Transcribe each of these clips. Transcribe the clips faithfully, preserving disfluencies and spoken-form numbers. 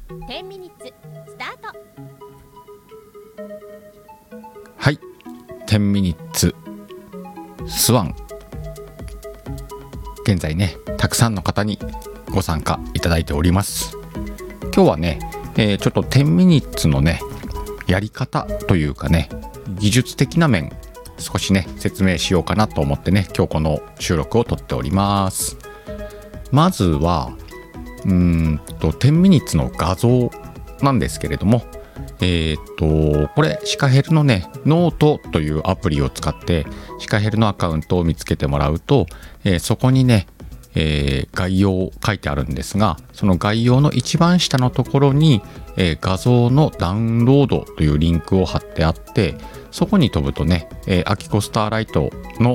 じゅうミニッツスタート。 はい、じゅうミニッツスワン、現在ねたくさんの方にご参加いただいております。今日はね、えー、ちょっとじゅうミニッツのねやり方というかね、技術的な面少しね説明しようかなと思ってね、今日この収録を撮っております。まずはうーんとじゅうミニッツの画像なんですけれども、えー、とこれシカヘルのねノートというアプリを使ってシカヘルのアカウントを見つけてもらうと、えー、そこにね、えー、概要を書いてあるんですが、その概要の一番下のところに、えー、画像のダウンロードというリンクを貼ってあって、そこに飛ぶとね、えー、アキコスターライトの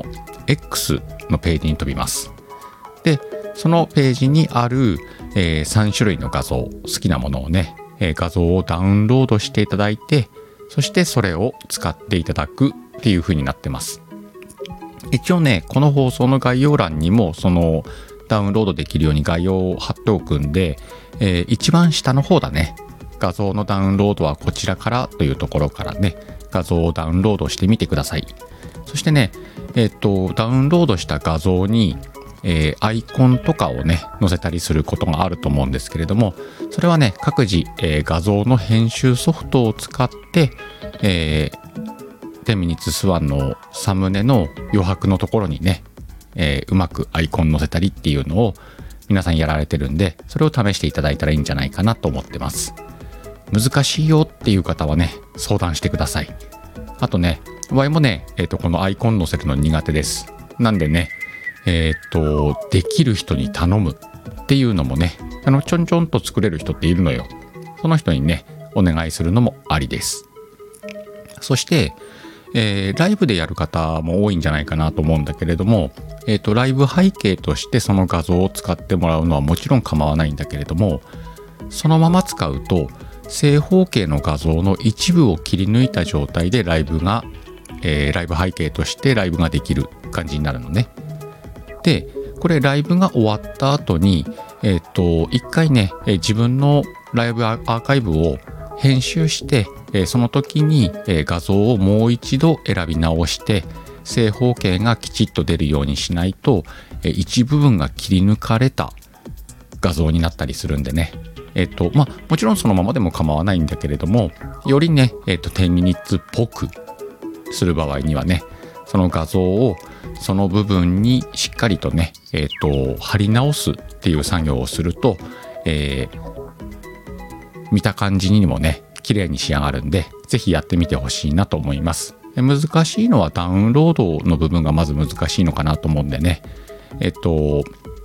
X のページに飛びます。でそのページにある、えー、さん種類の画像、好きなものをね、えー、画像をダウンロードしていただいて、そしてそれを使っていただくっていう風になってます。一応ねこの放送の概要欄にもそのダウンロードできるように概要を貼っておくんで、えー、一番下の方だね、画像のダウンロードはこちらからというところからね画像をダウンロードしてみてください。そしてねえっとダウンロードした画像にえー、アイコンとかをね載せたりすることがあると思うんですけれども、それはね各自、えー、画像の編集ソフトを使って、えー、じゅうミニッツスワンのサムネの余白のところにね、えー、うまくアイコン載せたりっていうのを皆さんやられてるんで、それを試していただいたらいいんじゃないかなと思ってます。難しいよっていう方はね相談してください。あとねワイもね、えーと、このアイコン載せるの苦手です。なんでねえっとできる人に頼むっていうのもね、あのちょんちょんと作れる人っているのよ。その人にねお願いするのもありです。そして、えー、ライブでやる方も多いんじゃないかなと思うんだけれども、えっとライブ背景としてその画像を使ってもらうのはもちろん構わないんだけれども、そのまま使うと正方形の画像の一部を切り抜いた状態でライブが、えー、ライブ背景としてライブができる感じになるのね。でこれライブが終わった後に、えっと一回ね、えー、自分のライブアーカイブを編集して、えー、その時に、えー、画像をもう一度選び直して正方形がきちっと出るようにしないと、えー、一部分が切り抜かれた画像になったりするんでね、えっとまあもちろんそのままでも構わないんだけれども、よりね、えっとじゅうミニッツっぽくする場合にはね、その画像をその部分にしっかりとね、えーと、貼り直すっていう作業をすると、えー、見た感じにもね綺麗に仕上がるんで、ぜひやってみてほしいなと思います。で難しいのはダウンロードの部分がまず難しいのかなと思うんでね、えっ、ー、と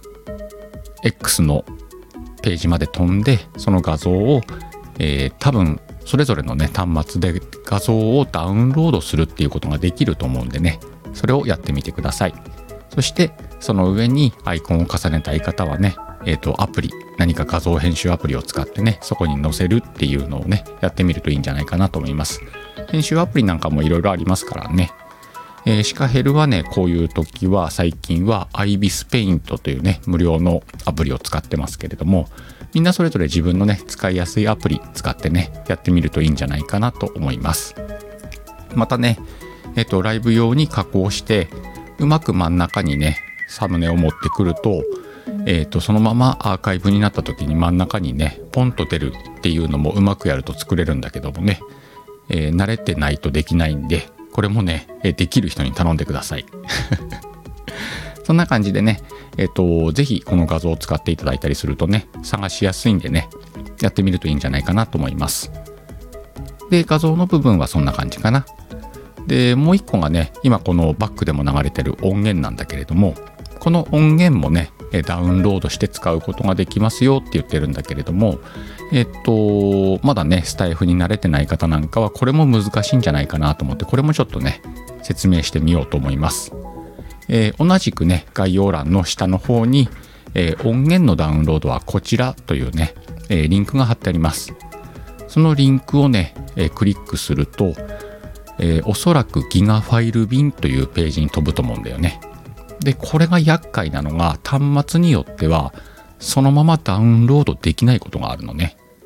X のページまで飛んでその画像を、えー、多分それぞれのね端末で画像をダウンロードするっていうことができると思うんでね、それをやってみてください。そしてその上にアイコンを重ねたい方はね、えーとアプリ、何か画像編集アプリを使ってねそこに載せるっていうのをねやってみるといいんじゃないかなと思います。編集アプリなんかもいろいろありますからね。えー、シカヘルはねこういう時は最近はアイビスペイントというね無料のアプリを使ってますけれども、みんなそれぞれ自分のね使いやすいアプリ使ってねやってみるといいんじゃないかなと思います。またねえっとライブ用に加工してうまく真ん中にねサムネを持ってくると、えっとそのままアーカイブになった時に真ん中にねポンと出るっていうのもうまくやると作れるんだけどもね、えー、慣れてないとできないんで、これもねできる人に頼んでください。そんな感じでね、えっとぜひこの画像を使っていただいたりするとね探しやすいんでねやってみるといいんじゃないかなと思います。で画像の部分はそんな感じかな。でもう一個がね今このバックでも流れてる音源なんだけれども、この音源もねダウンロードして使うことができますよって言ってるんだけれども、えっとまだねスタイフに慣れてない方なんかはこれも難しいんじゃないかなと思って、これもちょっとね説明してみようと思います。えー、同じくね概要欄の下の方に、えー、音源のダウンロードはこちらというね、えー、リンクが貼ってあります。そのリンクをね、えー、クリックすると、えー、おそらくギガファイル便というページに飛ぶと思うんだよね。でこれが厄介なのが端末によってはそのままダウンロードできないことがあるのね。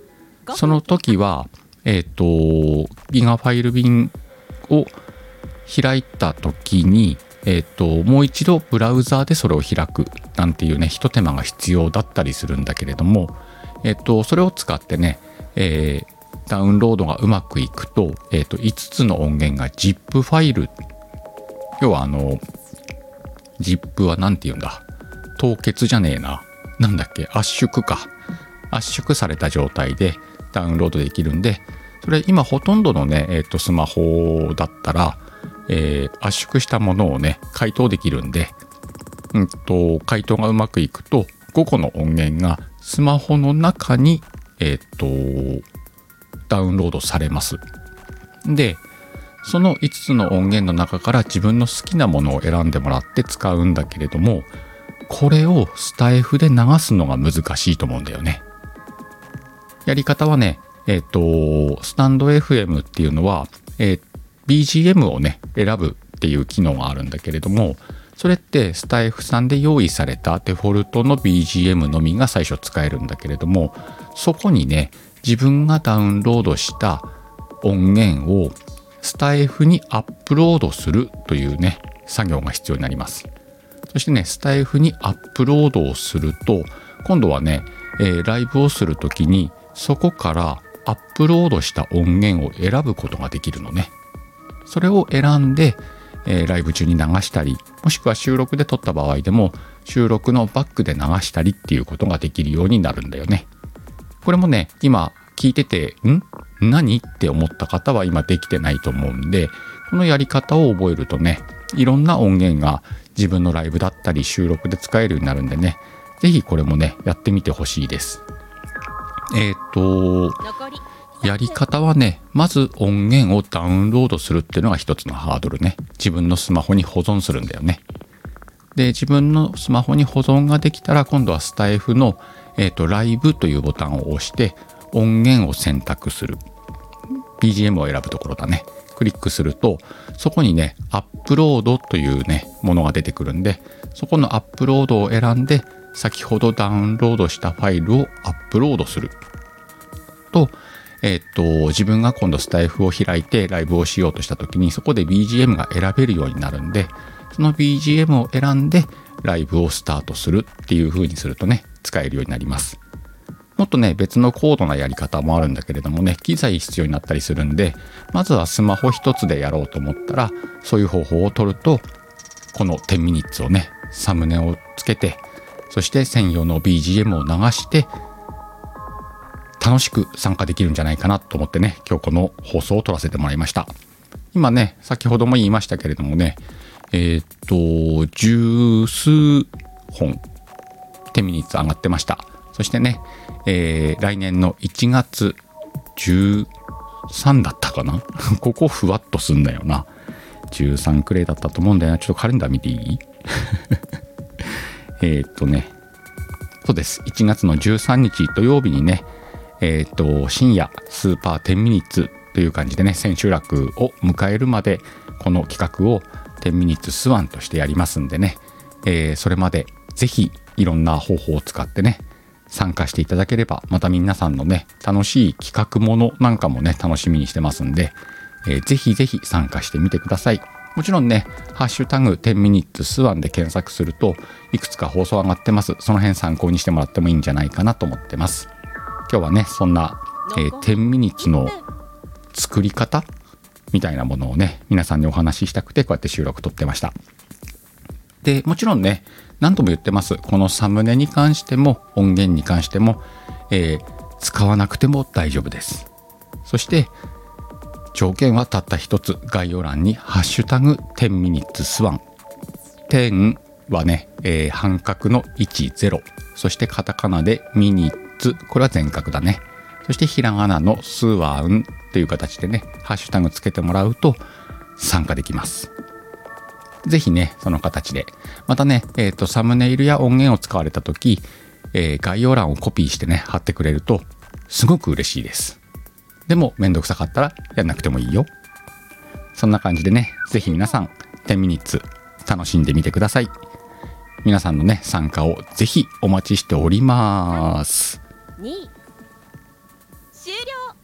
その時はえっとギガファイル便を開いた時にえっともう一度ブラウザーでそれを開くなんていうねひと手間が必要だったりするんだけれども、えっとそれを使ってね、えー、ダウンロードがうまくいくと、えっといつつの音源が ジップ ファイル、要はあの ジップ はなんて言うんだ、凍結じゃねえな、なんだっけ、圧縮か、圧縮された状態でダウンロードできるんで、それ今ほとんどのね、えっとスマホだったら、えー、圧縮したものをね解凍できるんで、うんと解凍がうまくいくとごこの音源がスマホの中にえっとダウンロードされます。でそのいつつの音源の中から自分の好きなものを選んでもらって使うんだけれども、これをスタイフで流すのが難しいと思うんだよね。やり方はね、えっとスタンド エフエム っていうのは、えー、ビージーエム をね選ぶっていう機能があるんだけれども、それってスタイフさんで用意されたデフォルトの ビージーエム のみが最初使えるんだけれども、そこにね自分がダウンロードした音源をスタイフにアップロードするというね作業が必要になります。そしてねスタイフにアップロードをすると、今度はね、えー、ライブをするときにそこからアップロードした音源を選ぶことができるのね。それを選んで、えー、ライブ中に流したり、もしくは収録で撮った場合でも収録のバックで流したりっていうことができるようになるんだよね。これもね今聞いててん何って思った方は今できてないと思うんで、このやり方を覚えるとねいろんな音源が自分のライブだったり収録で使えるようになるんでね、ぜひこれもねやってみてほしいです。えっとやり方はね、まず音源をダウンロードするっていうのが一つのハードルね。自分のスマホに保存するんだよね。で自分のスマホに保存ができたら、今度はスタイフの、えっとライブというボタンを押して音源を選択する。ビージーエム を選ぶところだね。クリックするとそこにねアップロードというねものが出てくるんで、そこのアップロードを選んで先ほどダウンロードしたファイルをアップロードすると、えっと自分が今度スタイフを開いてライブをしようとした時にそこで ビージーエム が選べるようになるんで、その ビージーエム を選んでライブをスタートするっていう風にするとね使えるようになります。もっとね別の高度なやり方もあるんだけれどもね、機材必要になったりするんで、まずはスマホ一つでやろうと思ったらそういう方法を取ると、このじゅうミニッツをねサムネをつけて、そして専用の ビージーエム を流して楽しく参加できるんじゃないかなと思ってね、今日この放送を撮らせてもらいました。今ね先ほども言いましたけれどもね、えー、っと十数本じゅうミニッツ上がってました。そしてね、えー、来年のいちがつじゅうさんだったかなここふわっとすんだよな。じゅうさんくらいだったと思うんだよな。ちょっとカレンダー見ていいえっとねそうです、いちがつのじゅうさんにち土曜日にね、えっと深夜スーパーじゅうミニッツという感じでね千秋楽を迎えるまでこの企画をじゅうミニッツスワンとしてやりますんでね、えー、それまでぜひいろんな方法を使ってね参加していただければ、また皆さんのね楽しい企画ものなんかもね楽しみにしてますんで、えー、ぜひぜひ参加してみてください。もちろんねハッシュタグじゅうミニッツスワンで検索するといくつか放送上がってます。その辺参考にしてもらってもいいんじゃないかなと思ってます。今日はねそんな、えー、じゅうミニッツの作り方みたいなものをね皆さんにお話ししたくてこうやって収録撮ってました。でもちろんね何度も言ってます、このサムネに関しても音源に関しても、えー、使わなくても大丈夫です。そして条件はたった一つ、概要欄にハッシュタグじゅうミニッツスワン、じゅうはね、えー、半角のいちゼロ、そしてカタカナでミニッツ、これは全角だね。そしてひらがなのスワンという形でねハッシュタグつけてもらうと参加できます。ぜひねその形で、またね、えーと、サムネイルや音源を使われた時、えー、概要欄をコピーしてね貼ってくれるとすごく嬉しいです。でもめんどくさかったらやんなくてもいいよ。そんな感じでね、ぜひ皆さんじゅうミニッツ楽しんでみてください。皆さんのね参加をぜひお待ちしております。 に終了。